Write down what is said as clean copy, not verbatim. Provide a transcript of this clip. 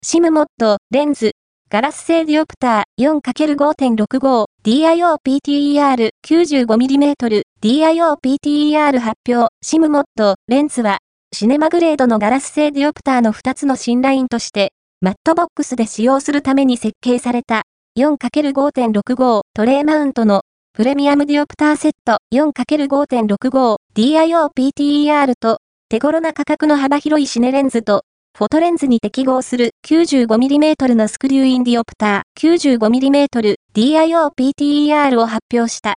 シムモッド、レンズ、ガラス製ディオプター 4×5.65、DIOPTER95mm、DIOPTER 発表、シムモッド、レンズは、シネマグレードのガラス製ディオプターの2つの新ラインとして、マットボックスで使用するために設計された 4×5.65 トレーマウントのプレミアムディオプターセット 4×5.65 DIOPTER と手頃な価格の幅広いシネレンズとフォトレンズに適合する 95mm のスクリューインディオプター 95mm DIOPTER を発表した。